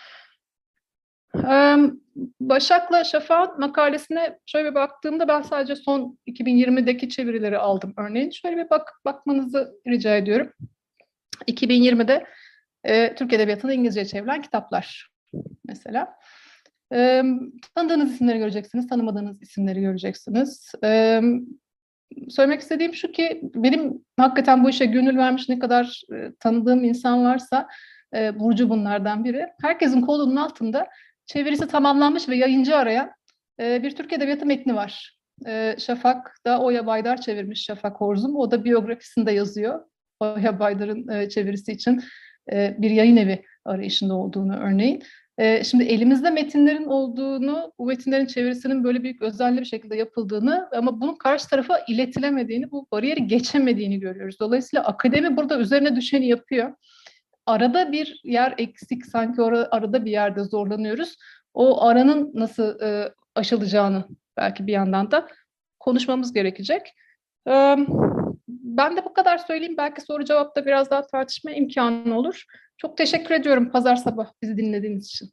Başak'la Şafak'ın makalesine şöyle bir baktığımda ben sadece son 2020'deki çevirileri aldım örneğin. Şöyle bir bakmanızı rica ediyorum. 2020'de Türk Edebiyatı'nda İngilizce'ye çevrilen kitaplar mesela. Tanıdığınız isimleri göreceksiniz, tanımadığınız isimleri göreceksiniz. Söylemek istediğim şu ki benim hakikaten bu işe gönül vermiş ne kadar tanıdığım insan varsa Burcu bunlardan biri. Herkesin kolunun altında çevirisi tamamlanmış ve yayıncı arayan bir Türk Edebiyatı metni var. Şafak da Oya Baydar çevirmiş, Şafak Horzum. O da biyografisinde yazıyor. Oya Baydar'ın çevirisi için bir yayın evi arayışında olduğunu örneğin. Şimdi elimizde metinlerin olduğunu, bu metinlerin çevirisinin böyle büyük özenli bir şekilde yapıldığını ama bunun karşı tarafa iletilemediğini, bu bariyeri geçemediğini görüyoruz. Dolayısıyla akademi burada üzerine düşeni yapıyor. Arada bir yer eksik, sanki arada bir yerde zorlanıyoruz. O aranın nasıl aşılacağını belki bir yandan da konuşmamız gerekecek. Ben de bu kadar söyleyeyim. Belki soru cevapta biraz daha tartışma imkanı olur. Çok teşekkür ediyorum pazar sabah bizi dinlediğiniz için.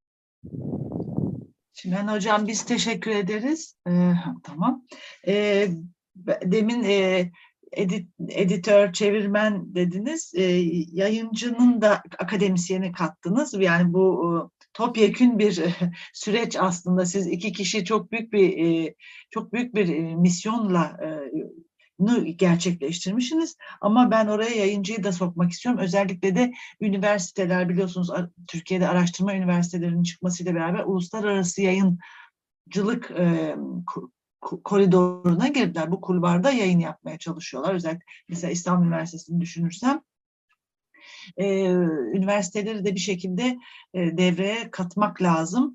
Çimen Hocam biz teşekkür ederiz. Tamam. Demin editör, çevirmen dediniz. Yayıncının da akademisyeni kattınız. Yani bu topyekün bir süreç aslında. Siz iki kişi çok büyük bir misyonla gerçekleştirmişsiniz. Ama ben oraya yayıncıyı da sokmak istiyorum. Özellikle de üniversiteler, biliyorsunuz Türkiye'de araştırma üniversitelerinin çıkmasıyla beraber uluslararası yayıncılık koridoruna girdiler. Bu kulvarda yayın yapmaya çalışıyorlar. Özellikle mesela İstanbul Üniversitesi'ni düşünürsem üniversiteleri de bir şekilde devreye katmak lazım.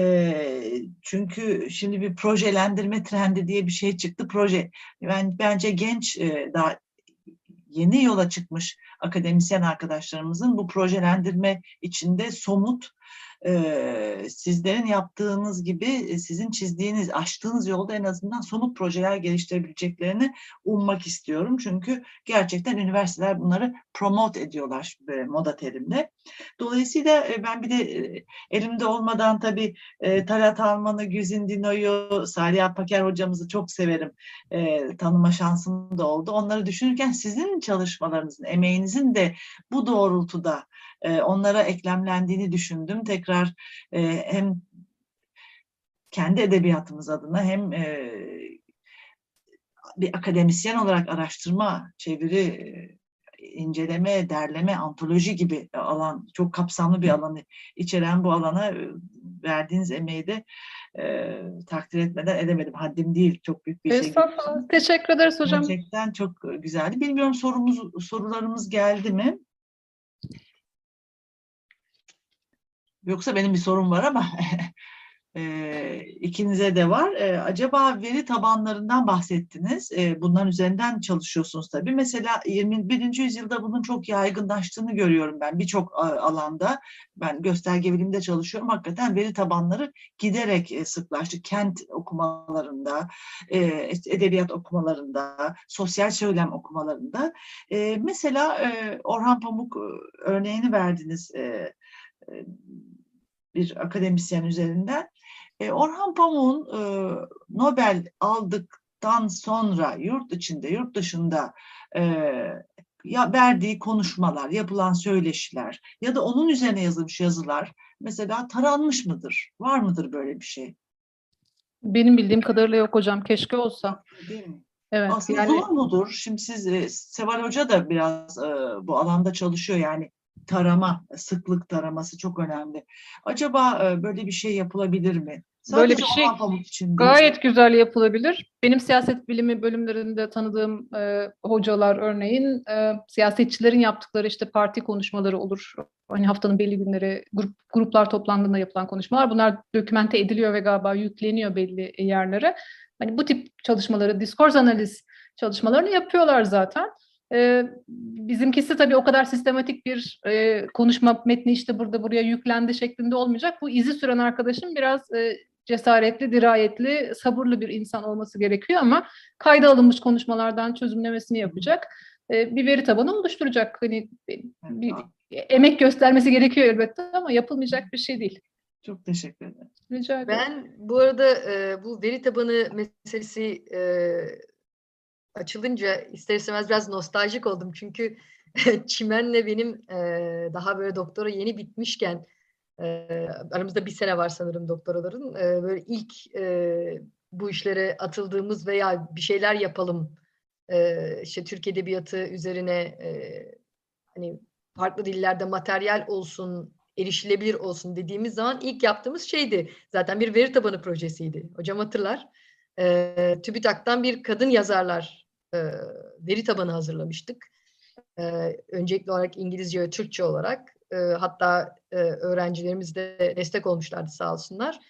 Çünkü şimdi bir projelendirme trendi diye bir şey çıktı. Bence genç, daha yeni yola çıkmış akademisyen arkadaşlarımızın bu projelendirme içinde somut, sizlerin yaptığınız gibi sizin çizdiğiniz, açtığınız yolda en azından somut projeler geliştirebileceklerini ummak istiyorum. Çünkü gerçekten üniversiteler bunları promote ediyorlar böyle moda terimle. Dolayısıyla ben bir de elimde olmadan tabii Talat Alman'ı, Güzin Dino'yu, Salih Alpaker hocamızı çok severim. Tanıma şansım da oldu. Onları düşünürken sizin çalışmalarınızın, emeğinizin de bu doğrultuda onlara eklemlendiğini düşündüm. Tekrar hem kendi edebiyatımız adına hem bir akademisyen olarak araştırma, çeviri, inceleme, derleme, antoloji gibi alan, çok kapsamlı bir alanı içeren bu alana verdiğiniz emeği de takdir etmeden edemedim. Haddim değil, çok büyük bir şey. Estağfurullah. Teşekkür ederiz hocam. Gerçekten çok güzeldi. Bilmiyorum sorularımız geldi mi? Yoksa benim bir sorum var ama ikinize de var. Acaba veri tabanlarından bahsettiniz. Bunların üzerinden çalışıyorsunuz tabii. Mesela 21. yüzyılda bunun çok yaygınlaştığını görüyorum ben birçok alanda. Ben gösterge bilimde çalışıyorum. Hakikaten veri tabanları giderek sıklaştı. Kent okumalarında, edebiyat okumalarında, sosyal söylem okumalarında. Mesela Orhan Pamuk örneğini verdiniz. Bir akademisyen üzerinden. Orhan Pamuk'un Nobel aldıktan sonra yurt içinde, yurt dışında verdiği konuşmalar, yapılan söyleşiler ya da onun üzerine yazılmış yazılar mesela taranmış mıdır? Var mıdır böyle bir şey? Benim bildiğim kadarıyla yok hocam. Keşke olsa. Değil mi? Evet. Aslında zor mudur? Şimdi siz, Seval Hoca da biraz bu alanda çalışıyor yani. Sıklık taraması çok önemli. Acaba böyle bir şey yapılabilir mi? Sadece böyle bir şey Orhan Pamuk için değil. gayet güzel yapılabilir. Benim siyaset bilimi bölümlerinde tanıdığım hocalar örneğin siyasetçilerin yaptıkları işte parti konuşmaları olur. Hani haftanın belli günleri gruplar toplandığında yapılan konuşmalar. Bunlar dokümente ediliyor ve galiba yükleniyor belli yerlere. Hani bu tip çalışmaları, diskurс analiz çalışmalarını yapıyorlar zaten. Bizimkisi tabii o kadar sistematik bir konuşma metni işte burada buraya yüklendi şeklinde olmayacak. Bu izi süren arkadaşın biraz cesaretli, dirayetli, sabırlı bir insan olması gerekiyor ama kayda alınmış konuşmalardan çözümlemesini yapacak. Bir veri tabanı oluşturacak. Hani bir emek göstermesi gerekiyor elbette ama yapılmayacak bir şey değil. Çok teşekkür ederim. Rica ederim. Ben bu arada bu veri tabanı meselesi açılınca ister istemez biraz nostaljik oldum. Çünkü Çimen'le benim daha böyle doktora yeni bitmişken aramızda bir sene var sanırım doktoraların. Böyle ilk bu işlere atıldığımız veya bir şeyler yapalım işte Türk Edebiyatı üzerine hani farklı dillerde materyal olsun, erişilebilir olsun dediğimiz zaman ilk yaptığımız şeydi. Zaten bir veri tabanı projesiydi. Hocam hatırlar. TÜBİTAK'tan bir kadın yazarlar veri tabanı hazırlamıştık. Öncelikli olarak İngilizce ve Türkçe olarak. Hatta öğrencilerimiz de destek olmuşlardı sağ olsunlar.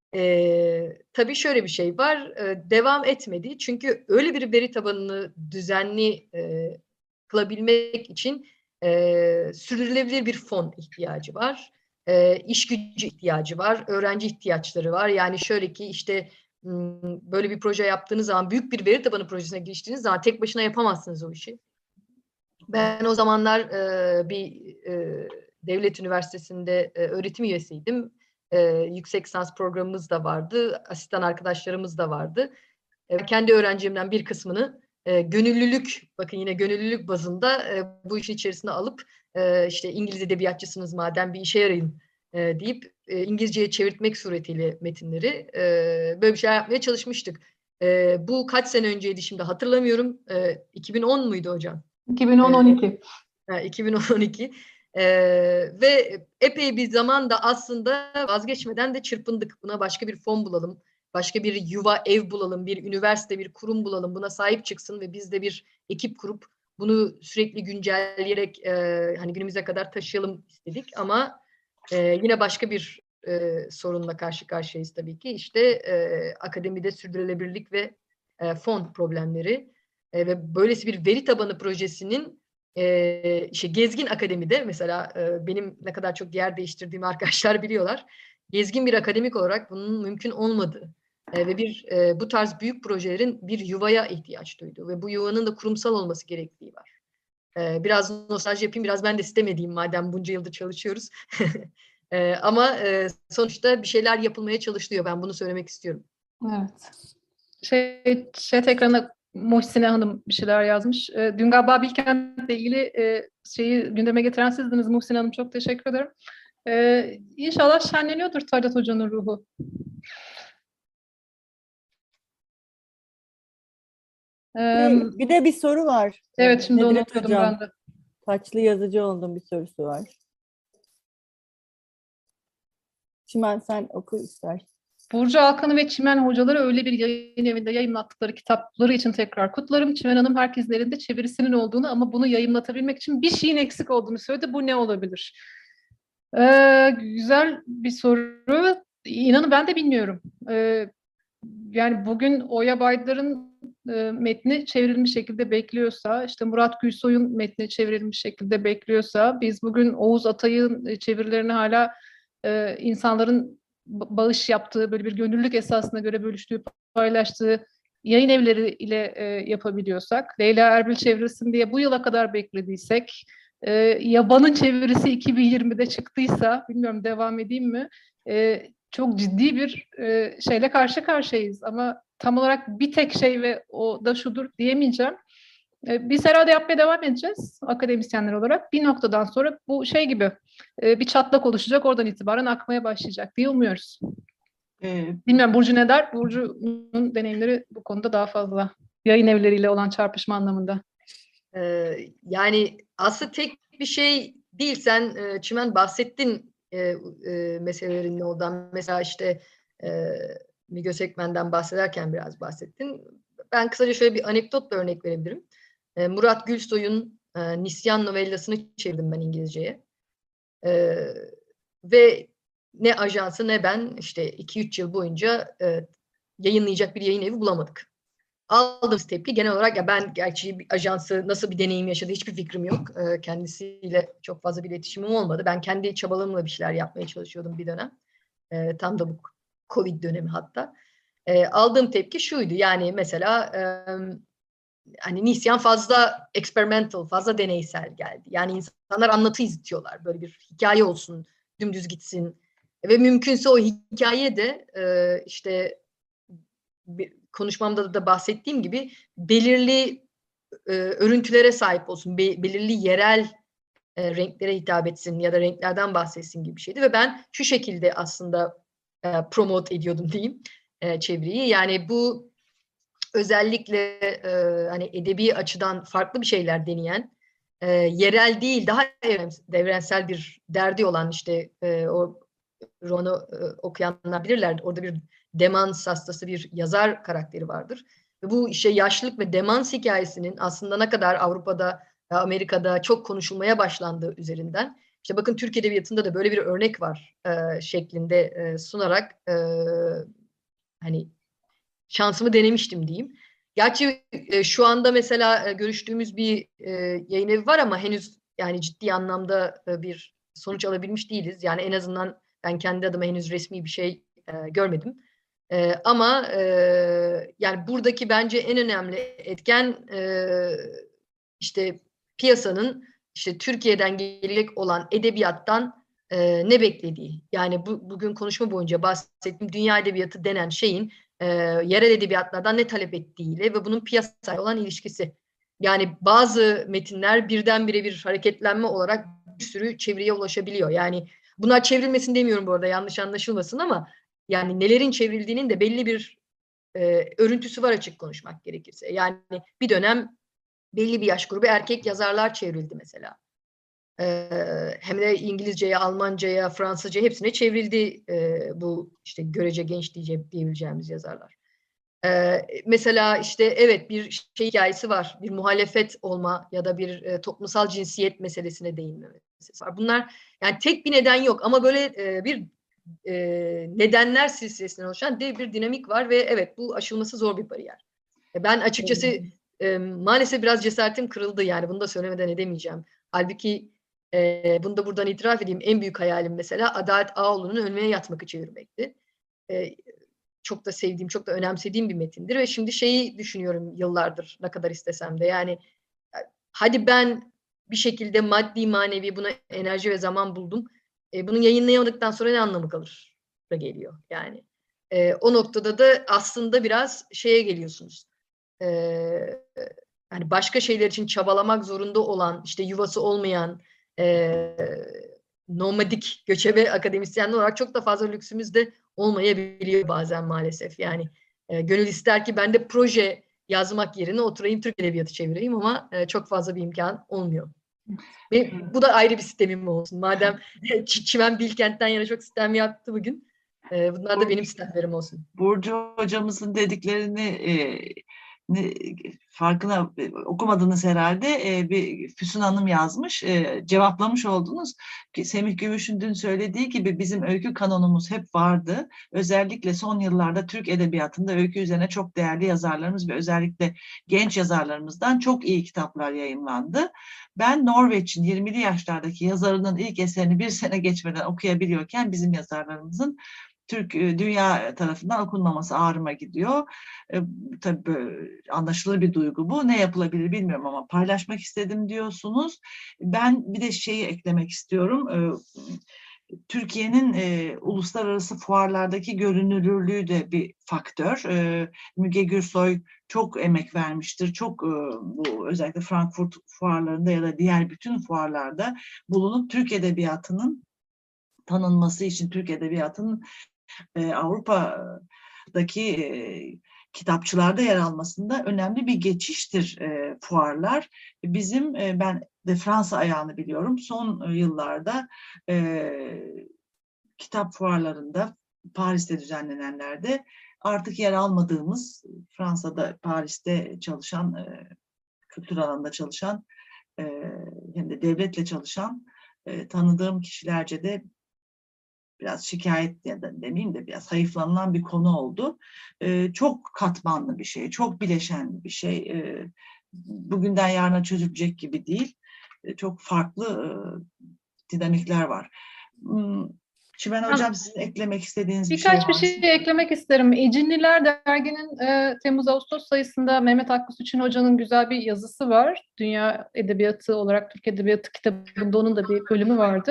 Tabii şöyle bir şey var. Devam etmedi. Çünkü öyle bir veri tabanını düzenli kılabilmek için sürdürülebilir bir fon ihtiyacı var. İş gücü ihtiyacı var. Öğrenci ihtiyaçları var. Yani şöyle ki işte böyle bir proje yaptığınız zaman, büyük bir veri tabanı projesine giriştiğiniz zaman tek başına yapamazsınız o işi. Ben o zamanlar bir devlet üniversitesinde öğretim üyesiydim. Yüksek lisans programımız da vardı. Asistan arkadaşlarımız da vardı. Kendi öğrencimden bir kısmını gönüllülük, bakın yine gönüllülük bazında bu işin içerisine alıp işte İngiliz edebiyatçısınız madem bir işe yarayın deyip İngilizceye çevirtmek suretiyle metinleri böyle bir şey yapmaya çalışmıştık. Bu kaç sene önceydi şimdi hatırlamıyorum. 2010 muydu hocam? 2010-12. 2012. Ve epey bir zaman da aslında vazgeçmeden de çırpındık. Buna başka bir fon bulalım, başka bir yuva, ev bulalım, bir üniversite, bir kurum bulalım. Buna sahip çıksın ve biz de bir ekip kurup bunu sürekli güncelleyerek hani günümüze kadar taşıyalım istedik. Ama yine başka bir sorunla karşı karşıyayız tabii ki. İşte akademide sürdürülebilirlik ve fon problemleri. Ve böylesi bir veri tabanı projesinin işte Gezgin Akademi'de mesela benim ne kadar çok yer değiştirdiğimi arkadaşlar biliyorlar. Gezgin bir akademik olarak bunun mümkün olmadığı ve bu tarz büyük projelerin bir yuvaya ihtiyaç duyduğu ve bu yuvanın da kurumsal olması gerektiği var. Biraz nostalji yapayım, biraz ben de istemediğim madem bunca yıldır çalışıyoruz. Ama sonuçta bir şeyler yapılmaya çalışılıyor. Ben bunu söylemek istiyorum. Evet. Chat ekranına Muhsine Hanım bir şeyler yazmış. Dün galiba Bilkent'le ilgili şeyi gündeme getiren sizdiniz Muhsine Hanım. Çok teşekkür ederim. İnşallah şenleniyordur Talat Hoca'nın ruhu. Bir de bir soru var. Evet, şimdi onu Nedret okudum Hocam, ben de. Taçlı Yazıcıoğlu'nun bir sorusu var. Çimen sen oku istersen. Burcu Alkan'ı ve Çimen hocaları öyle bir yayın evinde yayımlattıkları kitapları için tekrar kutlarım. Çimen Hanım herkesin elinde çevirisinin olduğunu ama bunu yayımlatabilmek için bir şeyin eksik olduğunu söyledi. Bu ne olabilir? Güzel bir soru. İnanın ben de bilmiyorum. Yani bugün Oya Baydar'ın metni çevrilmiş şekilde bekliyorsa, işte Murat Gülsoy'un metni çevrilmiş şekilde bekliyorsa, biz bugün Oğuz Atay'ın çevirilerini hala insanların bağış yaptığı, böyle bir gönüllülük esasına göre bölüştüğü, paylaştığı yayın evleri ile yapabiliyorsak, Leyla Erbil çevrilsin diye bu yıla kadar beklediysek, Yaban'ın çevirisi 2020'de çıktıysa, bilmiyorum devam edeyim mi? Çok ciddi bir şeyle karşı karşıyayız. Ama tam olarak bir tek şey ve o da şudur diyemeyeceğim. Biz herhalde yapmaya devam edeceğiz akademisyenler olarak. Bir noktadan sonra bu şey gibi bir çatlak oluşacak. Oradan itibaren akmaya başlayacak diye umuyoruz. Bilmiyorum Burcu ne der? Burcu'nun deneyimleri bu konuda daha fazla. Yayın evleriyle olan çarpışma anlamında. Yani aslında tek bir şey değil. Sen Çimen bahsettin meselelerin ne olduğundan. Mesela işte Müge Sekmen'den bahsederken biraz bahsettin. Ben kısaca şöyle bir anekdotla örnek verebilirim. Murat Gülsoy'un Nisyan novellasını çevirdim ben İngilizceye. Ve ne ajansı ne ben işte 2-3 yıl boyunca yayınlayacak bir yayın evi bulamadık. aldığımız tepki genel olarak, ya ben gerçi bir ajansı nasıl bir deneyim yaşadı hiçbir fikrim yok. Kendisiyle çok fazla bir iletişimim olmadı. Ben kendi çabalarımla bir şeyler yapmaya çalışıyordum bir dönem. Tam da bu Covid dönemi hatta. Aldığım tepki şuydu. Yani mesela hani Nisyan fazla experimental, fazla deneysel geldi. Yani insanlar anlatı izliyorlar. Böyle bir hikaye olsun, dümdüz gitsin. Ve mümkünse o hikaye de işte konuşmamda da bahsettiğim gibi belirli örüntülere sahip olsun, belirli yerel renklere hitap etsin ya da renklerden bahsetsin gibi bir şeydi. Ve ben şu şekilde aslında promote ediyordum diyeyim çeviriyi. Yani bu özellikle hani edebi açıdan farklı bir şeyler deneyen, yerel değil daha evrensel bir derdi olan işte o romanı okuyanlar bilirler. Orada bir demans hastası bir yazar karakteri vardır. Ve bu işte yaşlılık ve demans hikayesinin aslında ne kadar Avrupa'da, Amerika'da çok konuşulmaya başlandığı üzerinden. İşte bakın Türk Edebiyatı'nda da böyle bir örnek var şeklinde sunarak hani şansımı denemiştim diyeyim. Gerçi şu anda mesela görüştüğümüz bir yayın evi var ama henüz yani ciddi anlamda bir sonuç alabilmiş değiliz. Yani en azından ben kendi adıma henüz resmi bir şey görmedim. Ama yani buradaki bence en önemli etken işte piyasanın işte Türkiye'den gelecek olan edebiyattan ne beklediği. Yani bugün konuşma boyunca bahsettiğim dünya edebiyatı denen şeyin yerel edebiyatlardan ne talep ettiğiyle ve bunun piyasayla olan ilişkisi. Yani bazı metinler birdenbire bir hareketlenme olarak bir sürü çeviriye ulaşabiliyor. Yani bunlar çevrilmesin demiyorum bu arada, yanlış anlaşılmasın, ama yani nelerin çevrildiğinin de belli bir örüntüsü var açık konuşmak gerekirse. Yani bir dönem belli bir yaş grubu erkek yazarlar çevrildi mesela. Hem de İngilizceye, Almanca'ya, Fransızca hepsine çevrildi bu işte görece genç diyebileceğimiz yazarlar. Mesela işte evet bir şey hikayesi var. Bir muhalefet olma ya da bir toplumsal cinsiyet meselesine değinme meselesi var. Bunlar yani tek bir neden yok ama böyle bir nedenler silsilesinden oluşan dev bir dinamik var ve evet bu aşılması zor bir bariyer. Ben açıkçası maalesef biraz cesaretim kırıldı, yani bunu da söylemeden edemeyeceğim. Halbuki bunu da buradan itiraf edeyim, en büyük hayalim mesela Adalet Ağaoğlu'nun Ölmeye Yatmak'ı çevirmekti. Çok da sevdiğim, çok da önemsediğim bir metindir ve şimdi şeyi düşünüyorum yıllardır ne kadar istesem de, yani hadi ben bir şekilde maddi manevi buna enerji ve zaman buldum. Bunun yayınlayamadıktan sonra ne anlamı kalır da geliyor yani. O noktada da aslında biraz şeye geliyorsunuz. Yani başka şeyler için çabalamak zorunda olan, işte yuvası olmayan, nomadik, göçebe akademisyenler olarak çok da fazla lüksümüz de olmayabiliyor bazen maalesef. Yani gönül ister ki ben de proje yazmak yerine oturayım Türk Edebiyatı çevireyim ama çok fazla bir imkan olmuyor. Ve bu da ayrı bir sistemim olsun. Madem Çimen Bilkent'ten yana çok sistem yaptı bugün. Bunlar da benim sistemlerim olsun. Burcu hocamızın dediklerini farkına okumadınız herhalde. Bir Füsun Hanım yazmış, cevaplamış oldunuz. Semih Gümüş'ün dün söylediği gibi bizim öykü kanonumuz hep vardı. Özellikle son yıllarda Türk edebiyatında öykü üzerine çok değerli yazarlarımız ve özellikle genç yazarlarımızdan çok iyi kitaplar yayımlandı. Ben Norveç'in 20'li yaşlardaki yazarının ilk eserini bir sene geçmeden okuyabiliyorken bizim yazarlarımızın dünya tarafından okunmaması ağrıma gidiyor. Tabii anlaşılır bir duygu bu. Ne yapılabilir bilmiyorum ama paylaşmak istedim diyorsunuz. Ben bir de şeyi eklemek istiyorum. Türkiye'nin uluslararası fuarlardaki görünürlüğü de bir faktör. Müge Gürsoy çok emek vermiştir. Çok bu özellikle Frankfurt fuarlarında ya da diğer bütün fuarlarda bulunup Türk edebiyatının tanınması için, Türk edebiyatının Avrupa'daki kitapçılarda yer almasında önemli bir geçiştir fuarlar. Ben de Fransa ayağını biliyorum. Son yıllarda kitap fuarlarında, Paris'te düzenlenenlerde artık yer almadığımız, Fransa'da, Paris'te çalışan, kültür alanında çalışan, hem de devletle çalışan tanıdığım kişilerce de biraz şikayet ya da demeyeyim de biraz hayıflanılan bir konu oldu. Çok katmanlı bir şey, çok bileşenli bir şey. Bugünden yarına çözülecek gibi değil. Çok farklı dinamikler var. Çimen Hocam, sizin eklemek istediğiniz bir şey Birkaç bir var şey mı? eklemek isterim. Cinliler derginin Temmuz-Ağustos sayısında Mehmet Hakkı Süçin Hoca'nın güzel bir yazısı var. Dünya Edebiyatı olarak Türk Edebiyatı kitabında onun da bir bölümü vardı.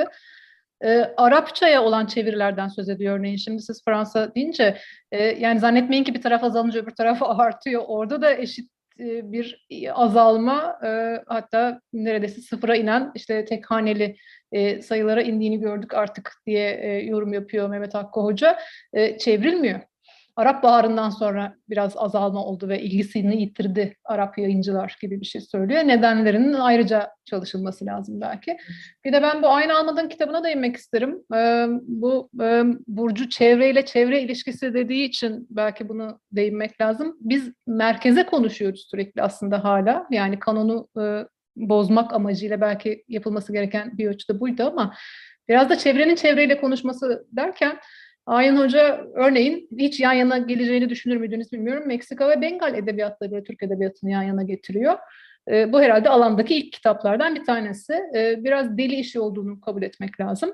Arapçaya olan çevirilerden söz ediyor örneğin. Şimdi siz Fransa deyince yani zannetmeyin ki bir taraf azalınca öbür taraf artıyor. Orada da eşit bir azalma, hatta neredeyse sıfıra inen, işte tek haneli sayılara indiğini gördük artık diye yorum yapıyor Mehmet Hakkı Hoca. Çevrilmiyor. Arap Baharı'ndan sonra biraz azalma oldu ve ilgisini yitirdi Arap yayıncılar gibi bir şey söylüyor. Nedenlerinin ayrıca çalışılması lazım belki. Bir de ben bu Aynı Almadığın kitabına değinmek isterim. Bu Burcu çevreyle çevre ilişkisi dediği için belki bunu değinmek lazım. Biz merkeze konuşuyoruz sürekli aslında hala. Yani kanonu bozmak amacıyla belki yapılması gereken bir ölçüde buydu ama biraz da çevrenin çevreyle konuşması derken Ayın Hoca örneğin hiç yan yana geleceğini düşünür müydünüz bilmiyorum. Meksika ve Bengal edebiyatları Türk edebiyatını yan yana getiriyor. Bu herhalde alandaki ilk kitaplardan bir tanesi. Biraz deli işi olduğunu kabul etmek lazım.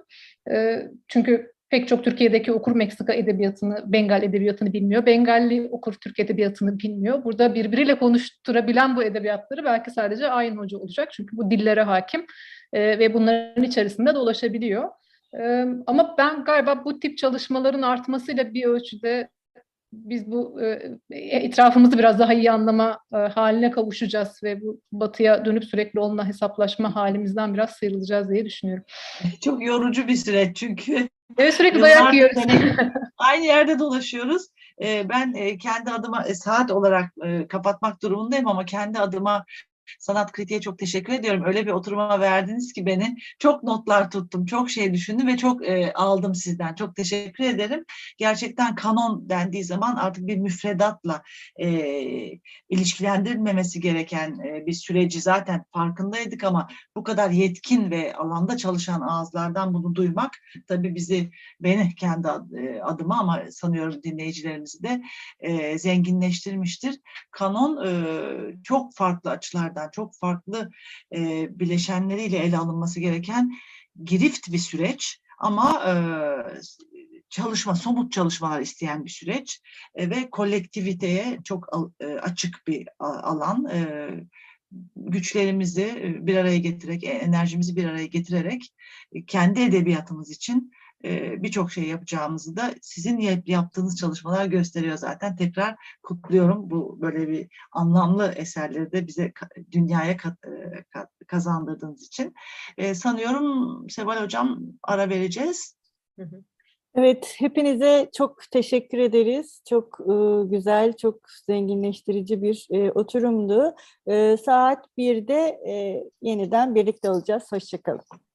Çünkü pek çok Türkiye'deki okur Meksika edebiyatını, Bengal edebiyatını bilmiyor. Bengalli okur Türk edebiyatını bilmiyor. Burada birbiriyle konuşturabilen bu edebiyatları belki sadece Ayın Hoca olacak. Çünkü bu dillere hakim ve bunların içerisinde dolaşabiliyor. Ama ben galiba bu tip çalışmaların artmasıyla bir ölçüde biz bu etrafımızı biraz daha iyi anlama haline kavuşacağız ve bu batıya dönüp sürekli onunla hesaplaşma halimizden biraz sıyrılacağız diye düşünüyorum. Çok yorucu bir süreç çünkü. Evet, sürekli dayak yiyoruz. Aynı yerde dolaşıyoruz. Ben kendi adıma saat olarak kapatmak durumundayım ama kendi adıma Sanat Kritiğe çok teşekkür ediyorum. Öyle bir oturuma verdiniz ki beni. Çok notlar tuttum, çok şey düşündüm ve çok aldım sizden. Çok teşekkür ederim. Gerçekten kanon dendiği zaman artık bir müfredatla ilişkilendirilmemesi gereken bir süreci zaten farkındaydık ama bu kadar yetkin ve alanda çalışan ağızlardan bunu duymak tabii beni kendi adıma ama sanıyorum dinleyicilerimizi de zenginleştirmiştir. Kanon çok farklı açılardan, çok farklı bileşenleriyle ele alınması gereken girift bir süreç ama somut çalışmalar isteyen bir süreç ve kolektiviteye çok açık bir alan. Güçlerimizi bir araya getirerek, enerjimizi bir araya getirerek kendi edebiyatımız için birçok şey yapacağımızı da sizin yaptığınız çalışmalar gösteriyor zaten. Tekrar kutluyorum bu böyle bir anlamlı eserleri de bize dünyaya kazandırdığınız için. Sanıyorum Seval Hocam ara vereceğiz. Evet, hepinize çok teşekkür ederiz. Çok güzel, çok zenginleştirici bir oturumdu. Saat 1'de yeniden birlikte olacağız. Hoşça kalın.